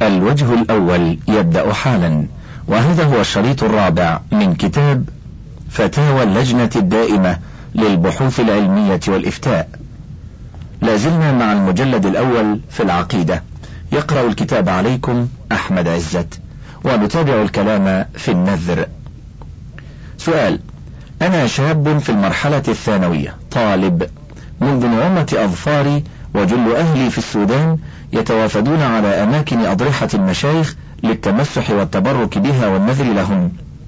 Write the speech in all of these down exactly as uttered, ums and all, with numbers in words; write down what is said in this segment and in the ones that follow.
الوجه الأول يبدأ حالا، وهذا هو الشريط الرابع من كتاب فتاوى اللجنة الدائمة للبحوث العلمية والإفتاء. لازلنا مع المجلد الأول في العقيدة. يقرأ الكتاب عليكم أحمد عزت، ونتابع الكلام في النذر. سؤال: أنا شاب في المرحلة الثانوية، طالب، منذ نعومة أظفاري، وجل أهلي في السودان يتوافدون على أماكن أضرحة المشايخ للتمسح والتبرك بها والنذر لهم،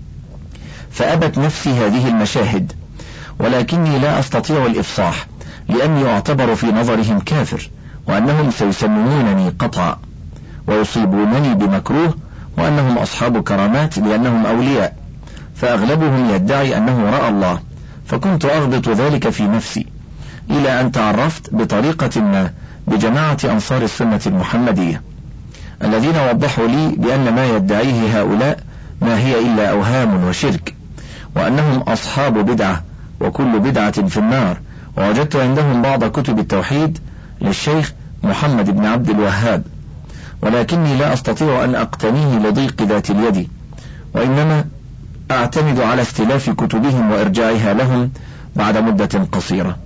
فأبت نفسي هذه المشاهد، ولكني لا أستطيع الإفصاح لأني أعتبر في نظرهم كافر، وأنهم سيسممونني قطعا ويصيبونني بمكروه، وأنهم أصحاب كرامات لأنهم أولياء، فأغلبهم يدعي أنه رأى الله، فكنت أغبط ذلك في نفسي، إلى أن تعرفت بطريقة ما بجماعة أنصار السنة المحمدية الذين وضحوا لي بأن ما يدعيه هؤلاء ما هي إلا أوهام وشرك، وأنهم أصحاب بدعة وكل بدعة في النار. ووجدت عندهم بعض كتب التوحيد للشيخ محمد بن عبد الوهاب، ولكني لا أستطيع أن أقتنيه لضيق ذات اليد، وإنما أعتمد على استلاف كتبهم وإرجاعها لهم بعد مدة قصيرة.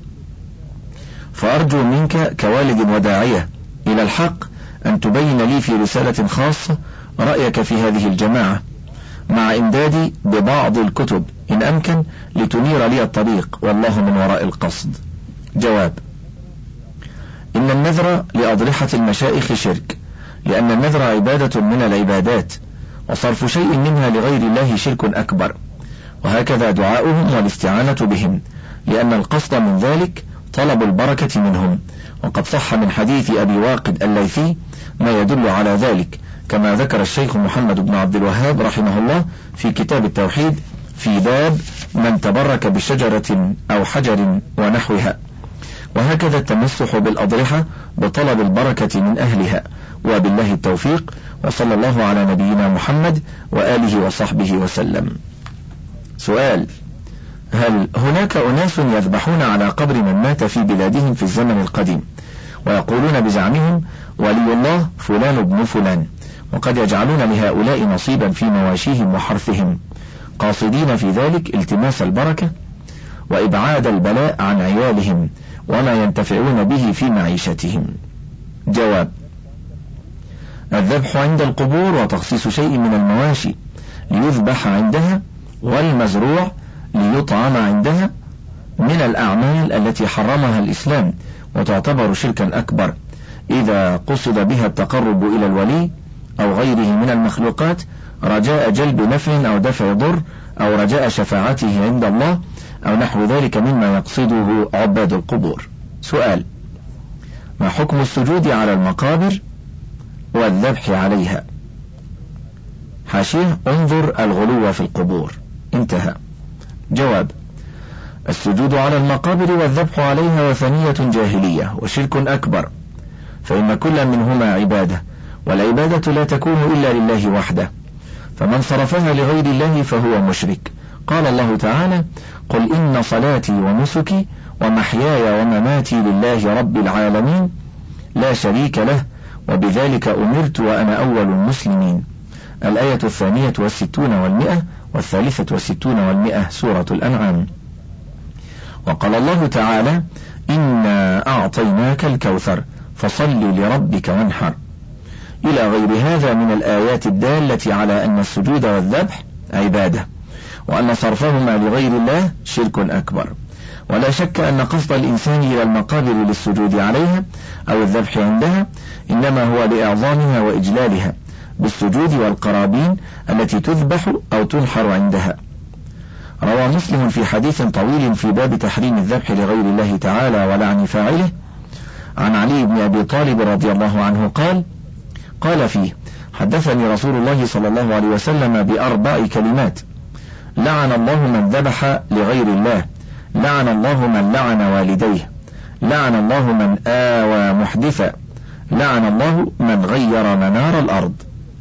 فأرجو منك كوالد وداعية إلى الحق أن تبين لي في رسالة خاصة رأيك في هذه الجماعة، مع إمدادي ببعض الكتب إن أمكن لتنير لي الطريق، والله من وراء القصد. جواب: إن النذر لأضرحة المشائخ شرك، لأن النذر عبادة من العبادات، وصرف شيء منها لغير الله شرك أكبر، وهكذا دعاؤهم والاستعانة بهم، لأن القصد من ذلك طلب البركة منهم، وقد صح من حديث أبي واقد الليثي ما يدل على ذلك، كما ذكر الشيخ محمد بن عبد الوهاب رحمه الله في كتاب التوحيد في باب من تبرك بشجرة أو حجر ونحوها. وهكذا التمسح بالأضرحة بطلب البركة من أهلها، وبالله التوفيق، وصلى الله على نبينا محمد وآله وصحبه وسلم. سؤال: هل هناك أناس يذبحون على قبر من مات في بلادهم في الزمن القديم، ويقولون بزعمهم ولي الله فلان بن فلان، وقد يجعلون لهؤلاء نصيبا في مواشيهم وحرثهم، قاصدين في ذلك التماس البركة وإبعاد البلاء عن عيالهم وما ينتفعون به في معيشتهم؟ جواب: الذبح عند القبور وتخصيص شيء من المواشي ليذبح عندها والمزروع ليطعم عندها من الأعمال التي حرمها الإسلام، وتعتبر شركا أكبر إذا قصد بها التقرب إلى الولي أو غيره من المخلوقات رجاء جلب نفع أو دفع ضر، أو رجاء شفاعته عند الله، أو نحو ذلك مما يقصده عباد القبور. سؤال: ما حكم السجود على المقابر والذبح عليها؟ حاشية: انظر الغلو في القبور. انتهى. جواب: السجود على المقابر والذبح عليها وثنية جاهلية وشرك أكبر، فإن كل منهما عبادة، والعبادة لا تكون إلا لله وحده، فمن صرفها لغير الله فهو مشرك. قال الله تعالى: قل إن صلاتي ونسكي ومحياي ومماتي لله رب العالمين لا شريك له وبذلك أمرت وأنا أول المسلمين. الآية الثانية والستون والمئة والثالثة والستون والمئة، سورة الأنعام. وقال الله تعالى: إنا أعطيناك الكوثر فصل لربك وانحر، إلى غير هذا من الآيات الدالة على أن السجود والذبح عبادة، وأن صرفهما لغير الله شرك أكبر. ولا شك أن قصد الإنسان إلى المقابر للسجود عليها أو الذبح عندها إنما هو لإعظامها وإجلالها بالسجود والقرابين التي تذبح أو تنحر عندها. روى مسلم في حديث طويل في باب تحريم الذبح لغير الله تعالى ولعن فاعله عن علي بن أبي طالب رضي الله عنه قال: قال فيه: حدثني رسول الله صلى الله عليه وسلم بأربع كلمات: لعن الله من ذبح لغير الله، لعن الله من لعن والديه، لعن الله من آوى محدثا، لعن الله من غير منار الأرض.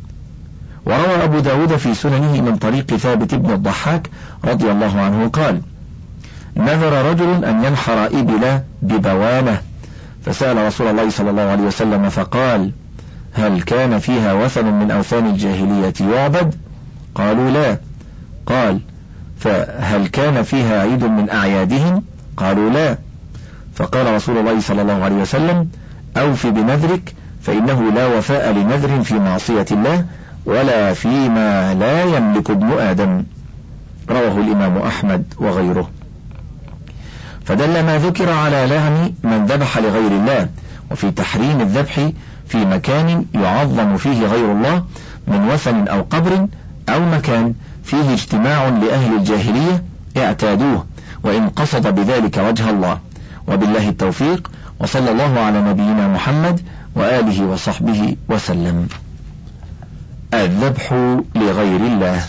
وروى أبو داود في سننه من طريق ثابت بن الضحاك رضي الله عنه قال: نذر رجل أن ينحر إبلا ببوانة، فسأل رسول الله صلى الله عليه وسلم فقال: هل كان فيها وثن من أوثان الجاهلية يعبد؟ قالوا لا. قال فهل كان فيها عيد من أعيادهم؟ قالوا لا. فقال رسول الله صلى الله عليه وسلم أوف بنذرك فإنه لا وفاء لنذر في معصية الله ولا فيما لا يملك ابن آدم. رواه الإمام أحمد وغيره. فدل ما ذكر على لعن من ذبح لغير الله، وفي تحريم الذبح في مكان يعظم فيه غير الله من وثن أو قبر أو مكان فيه اجتماع لأهل الجاهلية اعتادوه وإن قصد بذلك وجه الله. وبالله التوفيق، وصلى الله على نبينا محمد وآله وصحبه وسلم. الذبح لغير الله.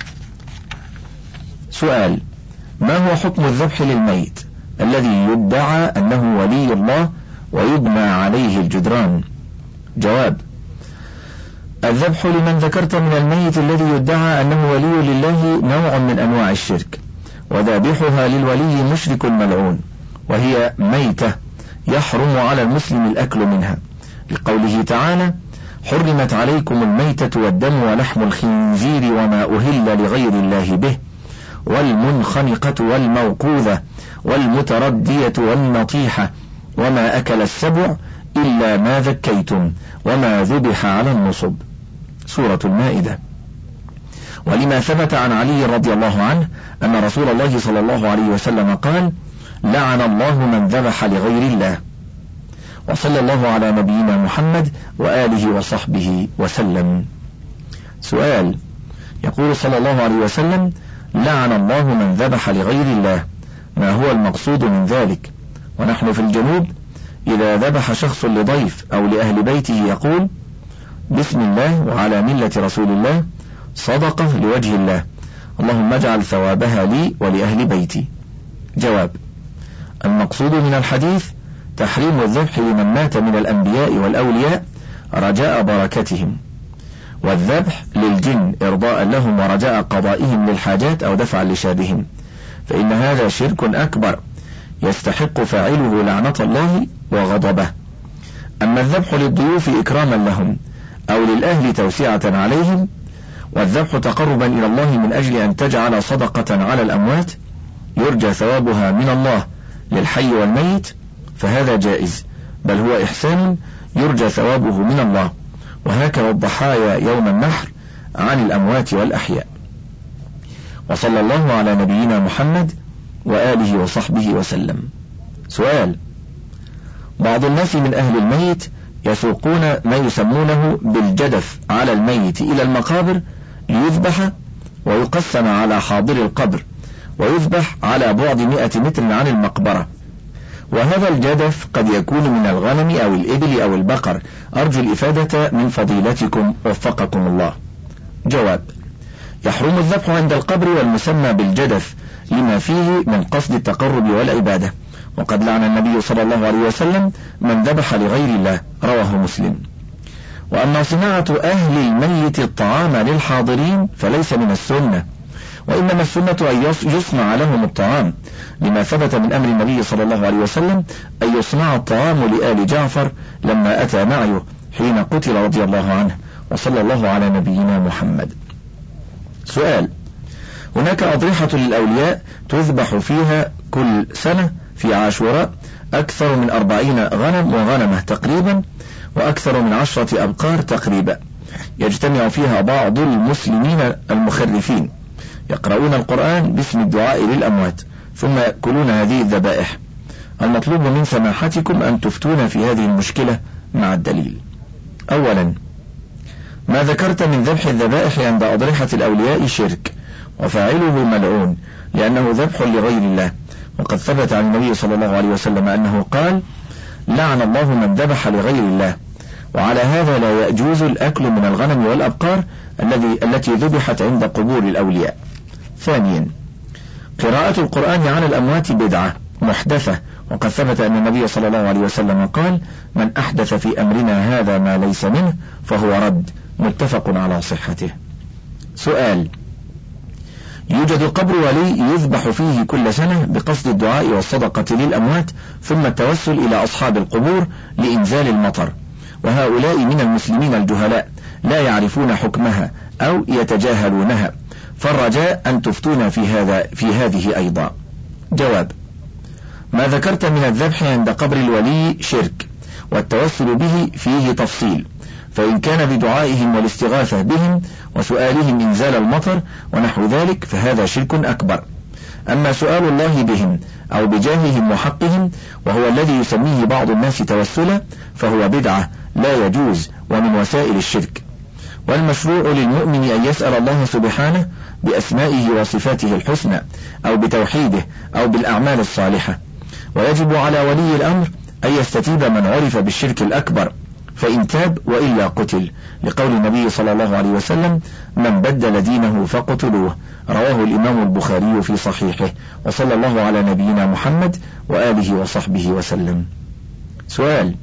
سؤال: ما هو حكم الذبح للميت الذي يدعى أنه ولي الله ويبنى عليه الجدران؟ جواب: الذبح لمن ذكرت من الميت الذي يدعى أنه ولي لله نوع من أنواع الشرك، وذابحها للولي مشرك ملعون، وهي ميتة يحرم على المسلم الأكل منها، لقوله تعالى: حرمت عليكم الميتة والدم ولحم الخنزير وما أهل لغير الله به والمنخنقة والموقوذة والمتردية والنطيحة وما أكل السبع إلا ما ذكيتم وما ذبح على النصب. سورة المائدة. ولما ثبت عن علي رضي الله عنه أن رسول الله صلى الله عليه وسلم قال: لعن الله من ذبح لغير الله. وصلى الله على نبينا محمد وآله وصحبه وسلم. سؤال: يقول صلى الله عليه وسلم: لعن الله من ذبح لغير الله، ما هو المقصود من ذلك؟ ونحن في الجنوب إذا ذبح شخص لضيف أو لأهل بيته يقول: بسم الله وعلى ملة رسول الله، صدقة لوجه الله، اللهم اجعل ثوابها لي ولأهل بيتي. جواب: المقصود من الحديث تحريم الذبح لمن مات من الأنبياء والأولياء رجاء بركتهم، والذبح للجن إرضاء لهم ورجاء قضائهم للحاجات أو دفعا لشابهم، فإن هذا شرك أكبر يستحق فاعله لعنة الله وغضبه. أما الذبح للضيوف إكراما لهم أو للأهل توسعة عليهم، والذبح تقربا إلى الله من أجل أن تجعل صدقة على الأموات يرجى ثوابها من الله للحي والميت، فهذا جائز، بل هو إحسان يرجى ثوابه من الله، وهكذا الضحايا يوم النحر عن الأموات والأحياء. وصلى الله على نبينا محمد وآله وصحبه وسلم. سؤال: بعض الناس من أهل الميت يسوقون ما يسمونه بالجدف على الميت إلى المقابر ليذبح ويقسم على حاضر القبر ويذبح على بعد مئة متر عن المقبرة، وهذا الجدف قد يكون من الغنم أو الإبل أو البقر، أرجو الإفادة من فضيلتكم وفقكم الله. جواب: يحرم الذبح عند القبر والمسمى بالجدف لما فيه من قصد التقرب والعبادة، وقد لعن النبي صلى الله عليه وسلم من ذبح لغير الله، رواه مسلم. وأما صناعة أهل الميت الطعام للحاضرين فليس من السنة، وإنما السنة أن يصنع لهم الطعام، لما ثبت من أمر النبي صلى الله عليه وسلم أن يصنع الطعام لآل جعفر لما أتى معه حين قتل رضي الله عنه. وصلى الله على نبينا محمد. سؤال: هناك أضرحة للأولياء تذبح فيها كل سنة في عاشوراء أكثر من أربعين غنم وغنمة تقريبا، وأكثر من عشرة أبقار تقريبا، يجتمع فيها بعض المسلمين المخرفين يقرؤون القرآن باسم الدعاء للأموات ثم يأكلون هذه الذبائح. المطلوب من سماحتكم أن تفتون في هذه المشكلة مع الدليل. أولا، ما ذكرت من ذبح الذبائح عند أضرحة الأولياء شرك، وفاعله ملعون لأنه ذبح لغير الله، وقد ثبت عن النبي صلى الله عليه وسلم أنه قال: لعن الله من ذبح لغير الله. وعلى هذا لا يجوز الأكل من الغنم والأبقار الذي التي ذبحت عند قبور الأولياء. ثانيا، قراءة القرآن على الأموات بدعة محدثة، وقد ثبت أن النبي صلى الله عليه وسلم قال: من أحدث في أمرنا هذا ما ليس منه فهو رد، متفق على صحته. سؤال: يوجد قبر ولي يذبح فيه كل سنة بقصد الدعاء والصدقة للأموات ثم التوسل إلى أصحاب القبور لإنزال المطر، وهؤلاء من المسلمين الجهلاء لا يعرفون حكمها أو يتجاهلونها، فالرجاء أن تفتونا في هذا في هذه أيضا. جواب: ما ذكرت من الذبح عند قبر الولي شرك، والتوسل به فيه تفصيل، فإن كان بدعائهم والاستغاثة بهم وسؤالهم إنزال المطر ونحو ذلك فهذا شرك أكبر. أما سؤال الله بهم أو بجاههم وحقهم وهو الذي يسميه بعض الناس توسلا فهو بدعة لا يجوز ومن وسائل الشرك. والمشروع للمؤمن أن يسأل الله سبحانه بأسمائه وصفاته الحسنى أو بتوحيده أو بالأعمال الصالحة، ويجب على ولي الأمر أن يستتيب من عرف بالشرك الأكبر، فإن تاب وإلا قتل، لقول النبي صلى الله عليه وسلم: من بدل دينه فقتلوه، رواه الإمام البخاري في صحيحه، وصلى الله على نبينا محمد وآله وصحبه وسلم. سؤال: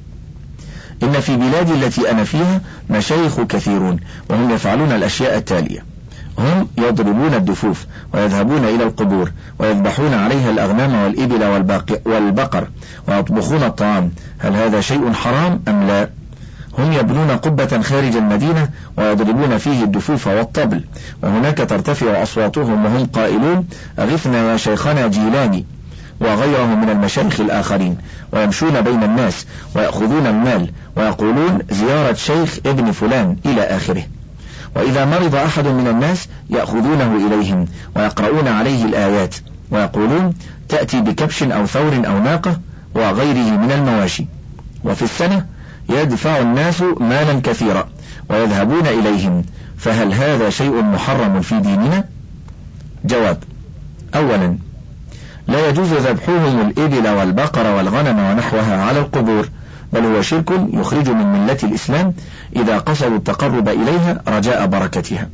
إن في بلادي التي أنا فيها مشايخ كثيرون، وهم يفعلون الأشياء التالية: هم يضربون الدفوف ويذهبون إلى القبور ويذبحون عليها الأغنام والإبل والبقر ويطبخون الطعام، هل هذا شيء حرام أم لا؟ هم يبنون قبة خارج المدينة ويضربون فيه الدفوف والطبل، وهناك ترتفع أصواتهم وهم قائلون: أغثنا يا شيخنا جيلاني وغيره من المشايخ الآخرين، ويمشون بين الناس ويأخذون المال ويقولون زيارة شيخ ابن فلان إلى آخره. وإذا مرض أحد من الناس يأخذونه إليهم ويقرؤون عليه الآيات ويقولون: تأتي بكبش أو ثور أو ناقة وغيره من المواشي، وفي السنة يدفع الناس مالا كثيرا ويذهبون إليهم، فهل هذا شيء محرم في ديننا؟ جواب: أولا، لا يجوز ذبحهم الإبل والبقر والغنم ونحوها على القبور، بل هو شرك يخرج من ملة الإسلام إذا قصدوا التقرب إليها رجاء بركتها،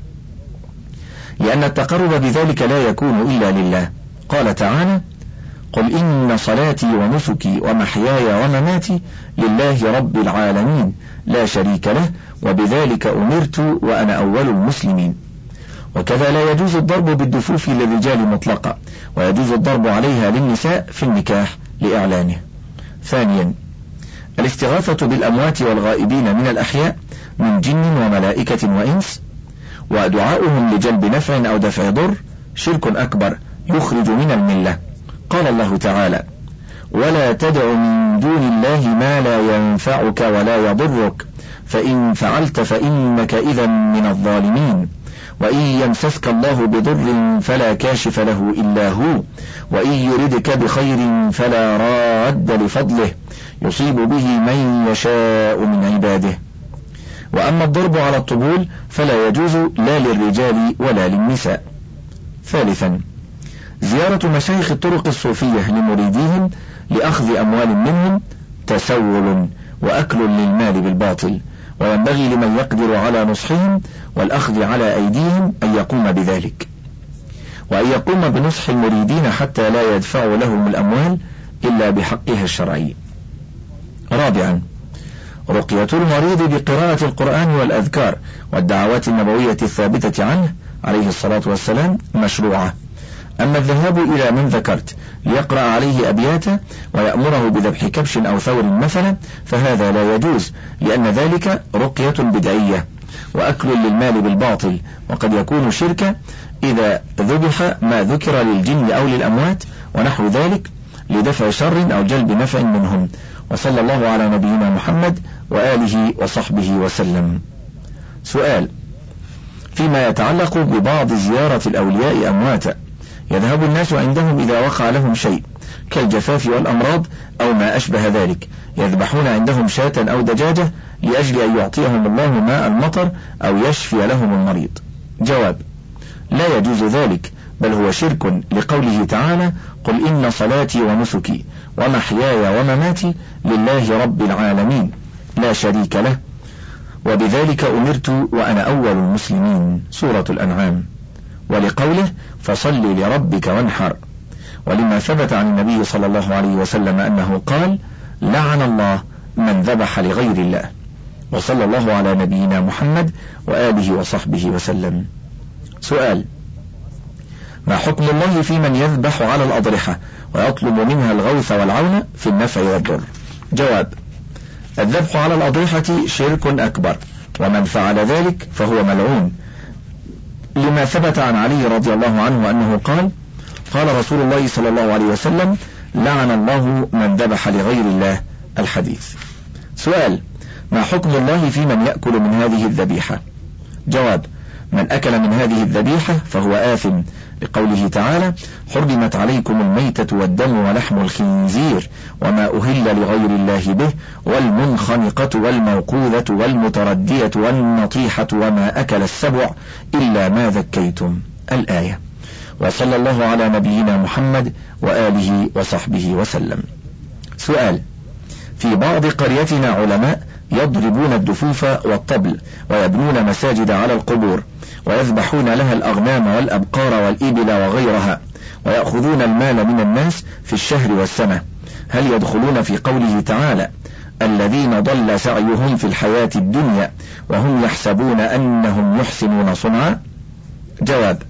لأن التقرب بذلك لا يكون إلا لله. قال تعالى: قل إن صلاتي ونسكي ومحياي ومماتي لله رب العالمين لا شريك له وبذلك أمرت وأنا أول المسلمين. وكذا لا يجوز الضرب بالدفوف للرجال مطلقا، ويجوز الضرب عليها للنساء في النكاح لإعلانه. ثانيا، الاستغاثة بالأموات والغائبين من الأحياء من جن وملائكة وإنس ودعاؤهم لجلب نفع أو دفع ضر شرك أكبر يخرج من الملة. قال الله تعالى: ولا تدع من دون الله ما لا ينفعك ولا يضرك فإن فعلت فإنك إذا من الظالمين، وإن يمسسك الله بضر فلا كاشف له إلا هو، وإن يردك بخير فلا راد لفضله يصيب به من يشاء من عباده. وأما الضرب على الطبول فلا يجوز لا للرجال ولا للنساء. ثالثا، زيارة مشايخ الطرق الصوفية لمريديهم لأخذ أموال منهم تسول وأكل للمال بالباطل، وينبغي لمن يقدر على نصحهم والأخذ على أيديهم أن يقوم بذلك، وأن يقوم بنصح المريدين حتى لا يدفع لهم الأموال إلا بحقها الشرعي. رابعا، رقية المريض بقراءة القرآن والأذكار والدعوات النبوية الثابتة عنه عليه الصلاة والسلام مشروعة. أما الذهاب إلى من ذكرت ليقرأ عليه أبياتا ويأمره بذبح كبش أو ثور مثلا فهذا لا يجوز، لأن ذلك رقية بدعية وأكل للمال بالباطل، وقد يكون شركا إذا ذبح ما ذكر للجن أو للأموات ونحو ذلك لدفع شر أو جلب نفع منهم. وصلى الله على نبينا محمد وآله وصحبه وسلم. سؤال: فيما يتعلق ببعض زيارة الأولياء أمواتا، يذهب الناس عندهم إذا وقع لهم شيء كالجفاف والأمراض أو ما أشبه ذلك، يذبحون عندهم شاة أو دجاجة لأجل أن يعطيهم الله ماء المطر أو يشفي لهم المريض. جواب: لا يجوز ذلك، بل هو شرك، لقوله تعالى: قل إن صلاتي ونسكي ومحياي ومماتي لله رب العالمين لا شريك له وبذلك أمرت وأنا أول المسلمين، سورة الأنعام. ولقوله: فصل لربك وانحر، ولما ثبت عن النبي صلى الله عليه وسلم أنه قال: لعن الله من ذبح لغير الله. وصلى الله على نبينا محمد وآله وصحبه وسلم. سؤال: ما حكم الله في من يذبح على الأضرحة ويطلب منها الغوث والعون في النفع والضر؟ جواب: الذبح على الأضرحة شرك أكبر، ومن فعل ذلك فهو ملعون، لما ثبت عن علي رضي الله عنه أنه قال: قال رسول الله صلى الله عليه وسلم: لعن الله من ذبح لغير الله. الحديث. سؤال: ما حكم الله في من يأكل من هذه الذبيحة؟ جواب: من أكل من هذه الذبيحة فهو آثم، لقوله تعالى: حرمت عليكم الميتة والدم ولحم الخنزير وما أهل لغير الله به والمنخنقة والموقوذة والمتردية والنطيحة وما أكل السبع إلا ما ذكيتم. الآية. وصلى الله على نبينا محمد وآله وصحبه وسلم. سؤال: في بعض قريتنا علماء يضربون الدفوف والطبل ويبنون مساجد على القبور ويذبحون لها الأغنام والأبقار والإبل وغيرها ويأخذون المال من الناس في الشهر والسنة، هل يدخلون في قوله تعالى: الذين ضل سعيهم في الحياة الدنيا وهم يحسبون أنهم يحسنون صنعا؟ جواب: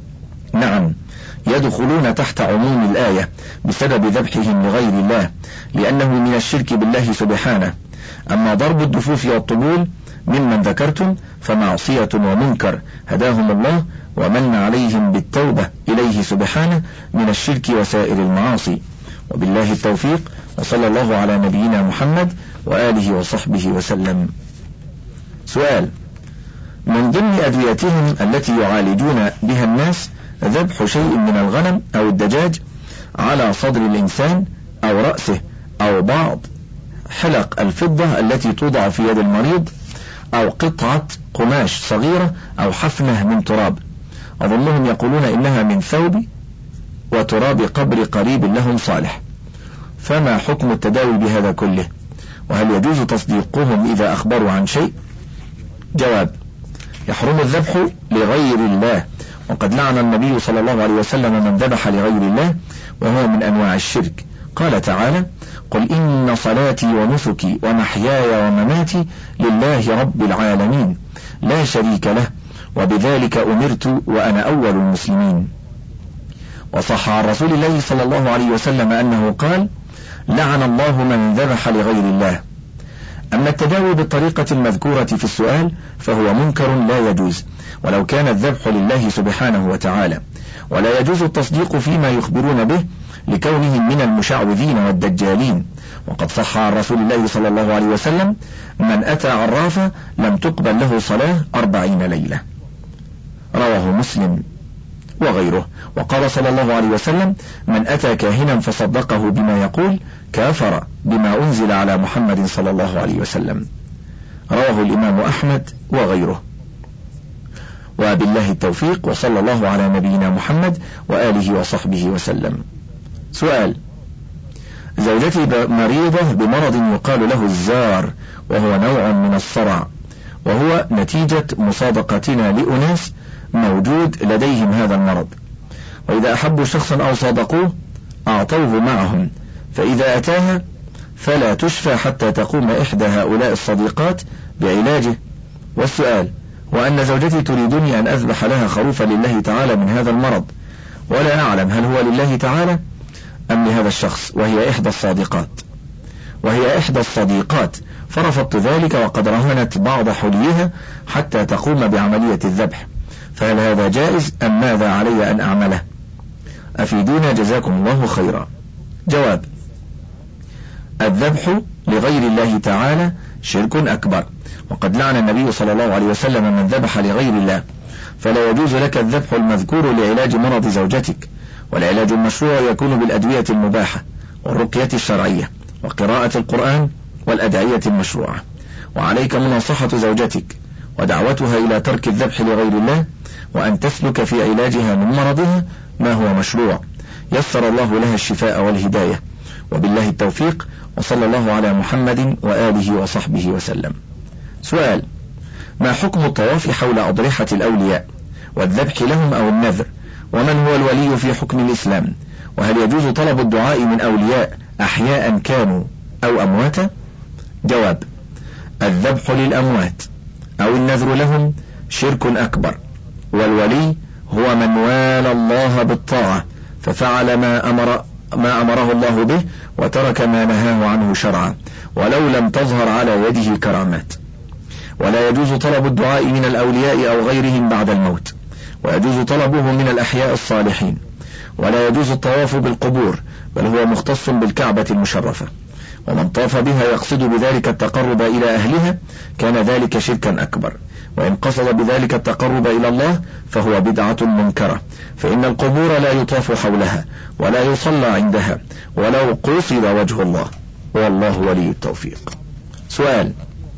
نعم، يدخلون تحت عموم الآية بسبب ذبحهم لغير الله، لأنه من الشرك بالله سبحانه. أما ضرب الدفوف والطبول ممن ذكرتم فمعصية ومنكر هداهم الله ومن عليهم بالتوبة إليه سبحانه من الشرك وسائر المعاصي. وبالله التوفيق، وصلى الله على نبينا محمد وآله وصحبه وسلم. سؤال: من ضمن أدويتهم التي يعالجون بها الناس ذبح شيء من الغنم أو الدجاج على صدر الإنسان أو رأسه أو بعض حلق الفضة التي توضع في يد المريض أو قطعة قماش صغيرة أو حفنة من تراب، أظنهم يقولون إنها من ثوب وتراب قبر قريب لهم صالح، فما حكم التداوي بهذا كله؟ وهل يجوز تصديقهم إذا أخبروا عن شيء؟ جواب: يحرم الذبح لغير الله، وقد لعن النبي صلى الله عليه وسلم من ذبح لغير الله، وهو من أنواع الشرك. قال تعالى: قل إن صلاتي ونسكي ومحياي ومماتي لله رب العالمين لا شريك له وبذلك أمرت وأنا أول المسلمين. وصح عن رسول الله صلى الله عليه وسلم أنه قال: لعن الله من ذبح لغير الله. أما التداوي بالطريقة المذكورة في السؤال فهو منكر لا يجوز، ولو كان الذبح لله سبحانه وتعالى، ولا يجوز التصديق فيما يخبرون به لكونهم من المشعوذين والدجالين. وقد صح عن رسول الله صلى الله عليه وسلم: من أتى عرافة لم تقبل له صلاة أربعين ليلة. رواه مسلم وغيره. وقال صلى الله عليه وسلم: من أتى كاهنا فصدقه بما يقول كافر بما أنزل على محمد صلى الله عليه وسلم. رواه الإمام أحمد وغيره. وبالله التوفيق، وصلى الله على نبينا محمد وآله وصحبه وسلم. سؤال: زوجتي مريضة بمرض يقال له الزار، وهو نوع من الصرع، وهو نتيجة مصادقتنا لأناس موجود لديهم هذا المرض، وإذا أحبوا شخصا أو صادقوه أعطوه معهم، فإذا أتاها فلا تشفى حتى تقوم إحدى هؤلاء الصديقات بعلاجه. والسؤال: وأن زوجتي تريدني أن أذبح لها خروفا لله تعالى من هذا المرض، ولا أعلم هل هو لله تعالى أم لهذا الشخص، وهي إحدى الصادقات وهي إحدى الصديقات فرفضت ذلك، وقد رهنت بعض حليها حتى تقوم بعملية الذبح، فهل هذا جائز أم ماذا علي أن أعمله؟ أفيدونا جزاكم الله خيرا. جواب: الذبح لغير الله تعالى شرك أكبر، وقد لعن النبي صلى الله عليه وسلم من ذبح لغير الله، فلا يجوز لك الذبح المذكور لعلاج مرض زوجتك، والعلاج المشروع يكون بالأدوية المباحة والرقية الشرعية وقراءة القرآن والأدعية المشروعة، وعليك مناصحة زوجتك ودعوتها إلى ترك الذبح لغير الله، وأن تسلك في علاجها من مرضها ما هو مشروع، يسر الله لها الشفاء والهداية. وبالله التوفيق، وصلى الله على محمد وآله وصحبه وسلم. سؤال: ما حكم الطواف حول أضرحة الأولياء والذبح لهم أو النذر؟ ومن هو الولي في حكم الإسلام؟ وهل يجوز طلب الدعاء من أولياء أحياء كانوا أو أمواتا؟ جواب: الذبح للأموات أو النذر لهم شرك أكبر، والولي هو من والى الله بالطاعة ففعل ما أمر ما أمره الله به وترك ما نهاه عنه شرعا، ولو لم تظهر على يده كرامات. ولا يجوز طلب الدعاء من الأولياء أو غيرهم بعد الموت، ويجوز طلبه من الأحياء الصالحين. ولا يجوز الطواف بالقبور، بل هو مختص بالكعبة المشرفة، ومن طاف بها يقصد بذلك التقرب إلى أهلها كان ذلك شركا أكبر، وإن قصد بذلك التقرب إلى الله فهو بدعة منكرة، فإن القبور لا يطاف حولها ولا يصلى عندها ولو قصد وجه الله، والله ولي التوفيق. سؤال: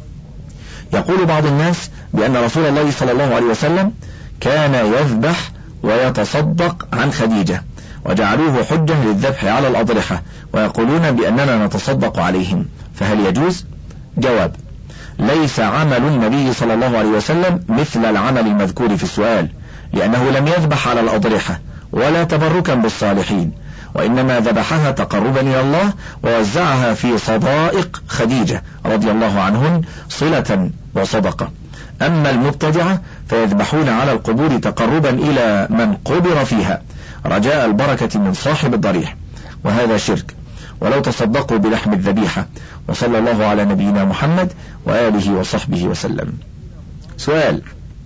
يقول بعض الناس بأن رسول الله صلى الله عليه وسلم كان يذبح ويتصدق عن خديجة، وجعلوه حجة للذبح على الأضرحة، ويقولون بأننا نتصدق عليهم، فهل يجوز؟ جواب: ليس عمل النبي صلى الله عليه وسلم مثل العمل المذكور في السؤال، لأنه لم يذبح على الأضرحة ولا تبركا بالصالحين، وإنما ذبحها تقربا إلى الله ووزعها في صدائق خديجة رضي الله عنهن صلة وصدقة. أما المبتدعة فيذبحون على القبور تقربا إلى من قبر فيها رجاء البركة من صاحب الضريح، وهذا شرك، ولو تصدقوا بلحم الذبيحة. وصلى الله على نبينا محمد وآله وصحبه وسلم. سؤال: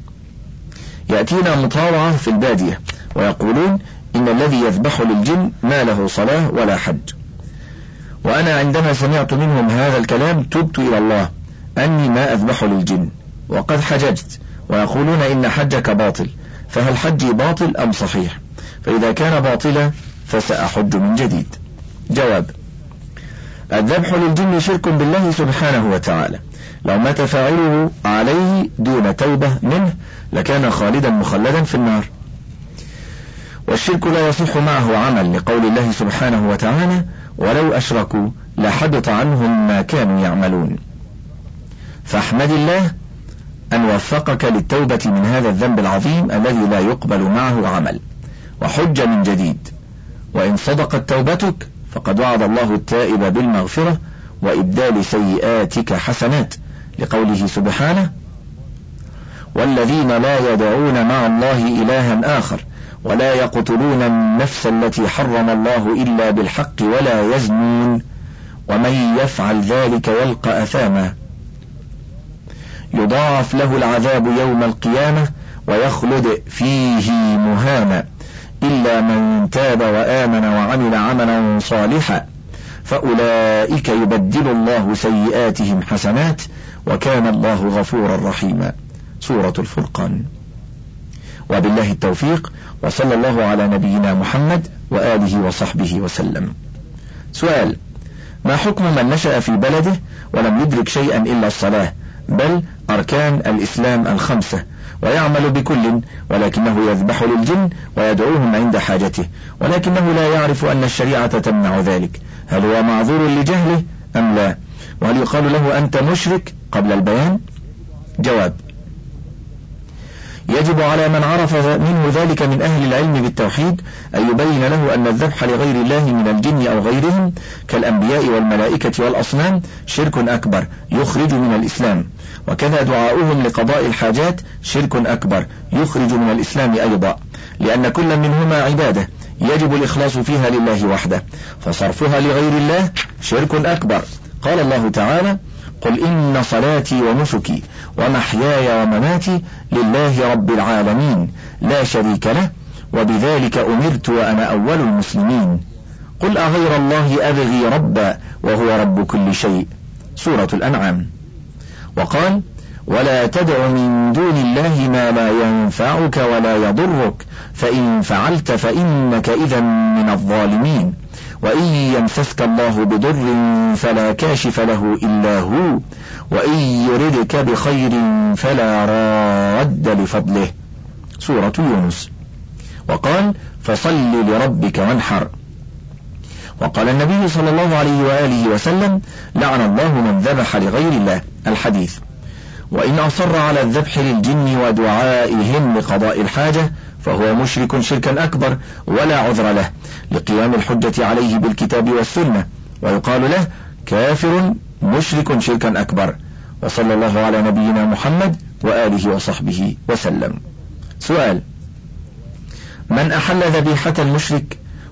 يأتينا مطاوعة في البادية ويقولون إن الذي يذبح للجن ما له صلاة ولا حج، وأنا عندما سمعت منهم هذا الكلام تبت إلى الله أني ما أذبح للجن، وقد حججت، ويقولون إن حجك باطل، فهل حجي باطل أم صحيح؟ فإذا كان باطلا فسأحج من جديد. جواب: الذبح للجن شرك بالله سبحانه وتعالى، لو مات فاعله عليه دون توبة منه لكان خالدا مخلدا في النار، والشرك لا يصح معه عمل، لقول الله سبحانه وتعالى: ولو أشركوا لحبط عنهم ما كانوا يعملون. فاحمد الله أن وفقك للتوبة من هذا الذنب العظيم الذي لا يقبل معه عمل، وحج من جديد، وإن صدقت توبتك فقد وعد الله التائب بالمغفرة وإبدال سيئاتك حسنات، لقوله سبحانه: والذين لا يدعون مع الله إلها آخر ولا يقتلون النفس التي حرم الله إلا بالحق ولا يزنون ومن يفعل ذلك يلقى أثاما يضاعف له العذاب يوم القيامة ويخلد فيه مهانا إلا من تاب وآمن وعمل عملا صالحا فأولئك يبدل الله سيئاتهم حسنات وكان الله غفورا رحيما. سورة الفرقان. وبالله التوفيق، وصلى الله على نبينا محمد وآله وصحبه وسلم. سؤال: ما حكم من نشأ في بلده ولم يدرك شيئا إلا الصلاة بل أركان الإسلام الخمسة، ويعمل بكل، ولكنه يذبح للجن ويدعوهم عند حاجته، ولكنه لا يعرف أن الشريعة تمنع ذلك، هل هو معذور لجهله أم لا؟ وهل يقال له أنت مشرك قبل البيان؟ جواب: يجب على من عرف منه ذلك من أهل العلم بالتوحيد أن يبين له أن الذبح لغير الله من الجن أو غيرهم كالأنبياء والملائكة والأصنام شرك أكبر يخرج من الإسلام، وكذا دعاؤهم لقضاء الحاجات شرك أكبر يخرج من الإسلام أيضا، لأن كل منهما عبادة يجب الإخلاص فيها لله وحده، فصرفها لغير الله شرك أكبر. قال الله تعالى: قل إن صلاتي ونسكي ومحياي ومماتي لله رب العالمين لا شريك له وبذلك أمرت وأنا أول المسلمين. قل أغير الله أبغي ربا وهو رب كل شيء. سورة الأنعام. وقال: ولا تدع من دون الله ما لا ينفعك ولا يضرك فإن فعلت فإنك إذا من الظالمين، وإن يمسسك الله بضر فلا كاشف له إلا هو وإن يردك بخير فلا راد لفضله. سورة يونس. وقال: فصل لربك وانحر. وقال النبي صلى الله عليه وآله وسلم: لعن الله من ذبح لغير الله. الحديث. وإن أصر على الذبح للجن ودعائهم لقضاء الحاجة فهو مشرك شركا أكبر ولا عذر له لقيام الحجة عليه بالكتاب والسنة، ويقال له كافر مشرك شركا أكبر. وصلى الله على نبينا محمد وآله وصحبه وسلم. سؤال: من أحل ذبيحة المشرك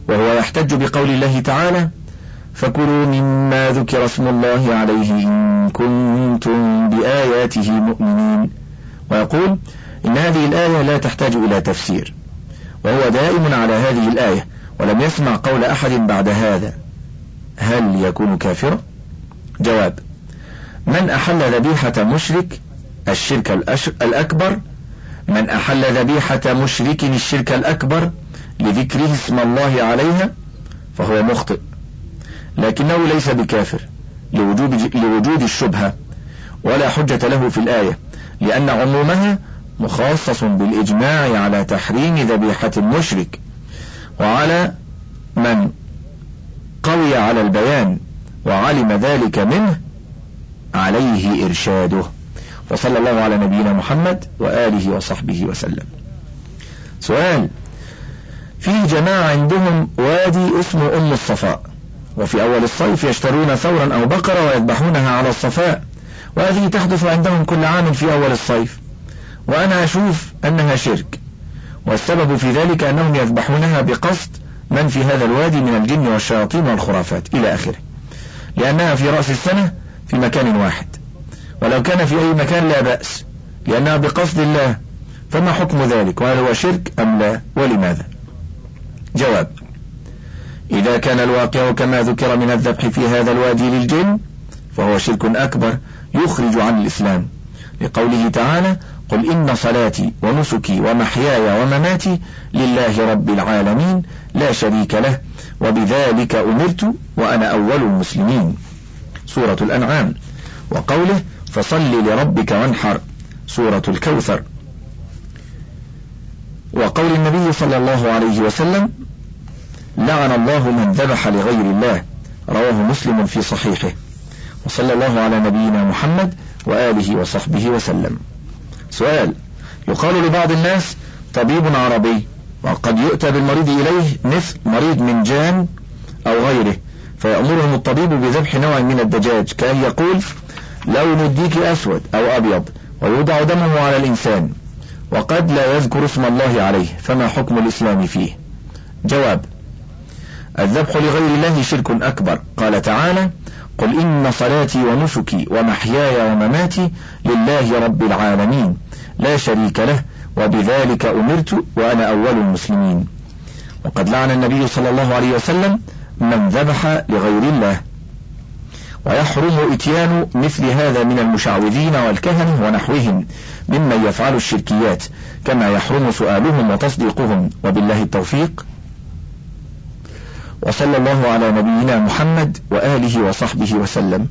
وهو يحتج بقول الله تعالى: فكلوا مما ذكر اسم الله عليه إن كنتم بآياته مؤمنين، ويقول إن هذه الآية لا تحتاج إلى تفسير، وهو دائم على هذه الآية ولم يسمع قول أحد بعد هذا. هل يكون كافرا؟ جواب: من أحل ذبيحة مشرك الشرك الأكبر من أحل ذبيحة مشرك الشرك الأكبر لذكره اسم الله عليها فهو مخطئ، لكنه ليس بكافر لوجود, لوجود الشبهة، ولا حجة له في الآية، لأن عمومها مخصص بالإجماع على تحريم ذبيحة المشرك، وعلى من قوي على البيان وعلم ذلك منه عليه إرشاده. وصلى الله على نبينا محمد وآله وصحبه وسلم. سؤال: في جماعة عندهم وادي اسمه أم الصفاء، وفي أول الصيف يشترون ثورا أو بقرة ويذبحونها على الصفاء، وهذه تحدث عندهم كل عام في أول الصيف، وأنا أشوف أنها شرك، والسبب في ذلك أنهم يذبحونها بقصد من في هذا الوادي من الجن والشياطين والخرافات إلى آخره، لأنها في رأس السنة في مكان واحد، ولو كان في أي مكان لا بأس، لأنها بقصد الله، فما حكم ذلك؟ وهل هو شرك أم لا؟ ولماذا؟ جواب: إذا كان الواقع كما ذكر من الذبح في هذا الوادي للجن فهو شرك أكبر يخرج عن الإسلام، لقوله تعالى: قل إن صلاتي ونسكي ومحياي ومماتي لله رب العالمين لا شريك له وبذلك أمرت وأنا أول المسلمين، سورة الأنعام. وقوله: فصل لربك وانحر، سورة الكوثر. وقول النبي صلى الله عليه وسلم: لعن الله من ذبح لغير الله، رواه مسلم في صحيحه. وصلى الله على نبينا محمد وآله وصحبه وسلم. سؤال: يقال لبعض الناس طبيب عربي، وقد يؤتى بالمريض إليه مثل مريض من جان أو غيره، فيأمرهم الطبيب بذبح نوع من الدجاج، كأن يقول: لون الديك أسود أو أبيض، ويوضع دمه على الإنسان، وقد لا يذكر اسم الله عليه، فما حكم الإسلام فيه؟ جواب: الذبح لغير الله شرك أكبر، قال تعالى: قل إن صلاتي ونسكي ومحياي ومماتي لله رب العالمين لا شريك له وبذلك أمرت وأنا أول المسلمين. وقد لعن النبي صلى الله عليه وسلم من ذبح لغير الله، ويحرم إتيان مثل هذا من المشعوذين والكهنة ونحوهم ممن يفعل الشركيات، كما يحرم سؤالهم وتصديقهم، وبالله التوفيق. وصلى الله على نبينا محمد وآله وصحبه وسلم.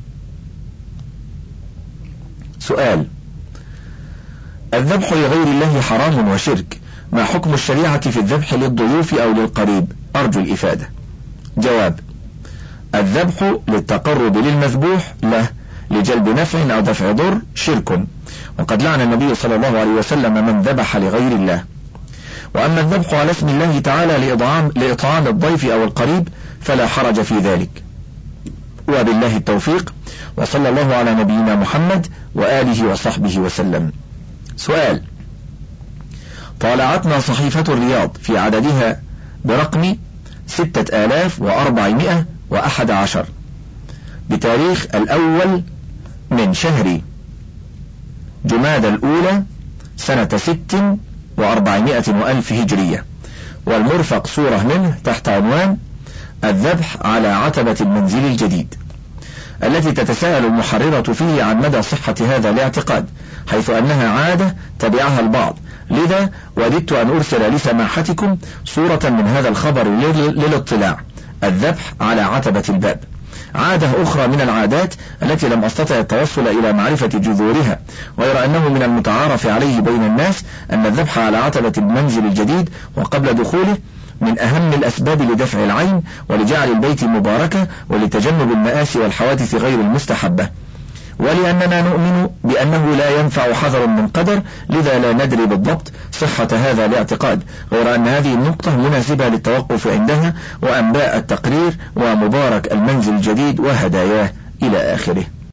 سؤال: الذبح لغير الله حرام وشرك، ما حكم الشريعة في الذبح للضيوف أو للقريب؟ أرجو الإفادة. جواب: الذبح للتقرب للمذبوح له لجلب نفع أو دفع ضر شرك، وقد لعن النبي صلى الله عليه وسلم من ذبح لغير الله. وأما الذبح على اسم الله تعالى لإطعام, لإطعام الضيف أو القريب فلا حرج في ذلك، وبالله التوفيق. وصلى الله على نبينا محمد وآله وصحبه وسلم. سؤال: طالعتنا صحيفة الرياض في عددها برقم ستة آلاف وأربعمائة وأحد عشر بتاريخ الأول من شهر جمادى الأولى سنة ست وأربعمائة وألف هجرية، والمرفق صورة منه تحت عنوان الذبح على عتبة المنزل الجديد، التي تتساءل المحررة فيه عن مدى صحة هذا الاعتقاد، حيث أنها عادة تبعها البعض، لذا وددت أن أرسل لسماحتكم صورة من هذا الخبر للاطلاع. الذبح على عتبة الباب عادة أخرى من العادات التي لم أستطع التوصل إلى معرفة جذورها، غير أنه من المتعارف عليه بين الناس أن الذبح على عتبة المنزل الجديد وقبل دخوله من أهم الأسباب لدفع العين ولجعل البيت مباركة ولتجنب المآسي والحوادث غير المستحبة، ولأننا نؤمن بأنه لا ينفع حذر من قدر، لذا لا ندري بالضبط صحة هذا الاعتقاد، غير أن هذه النقطة مناسبة للتوقف عندها وأنباء التقرير ومبارك المنزل الجديد وهداياه إلى آخره.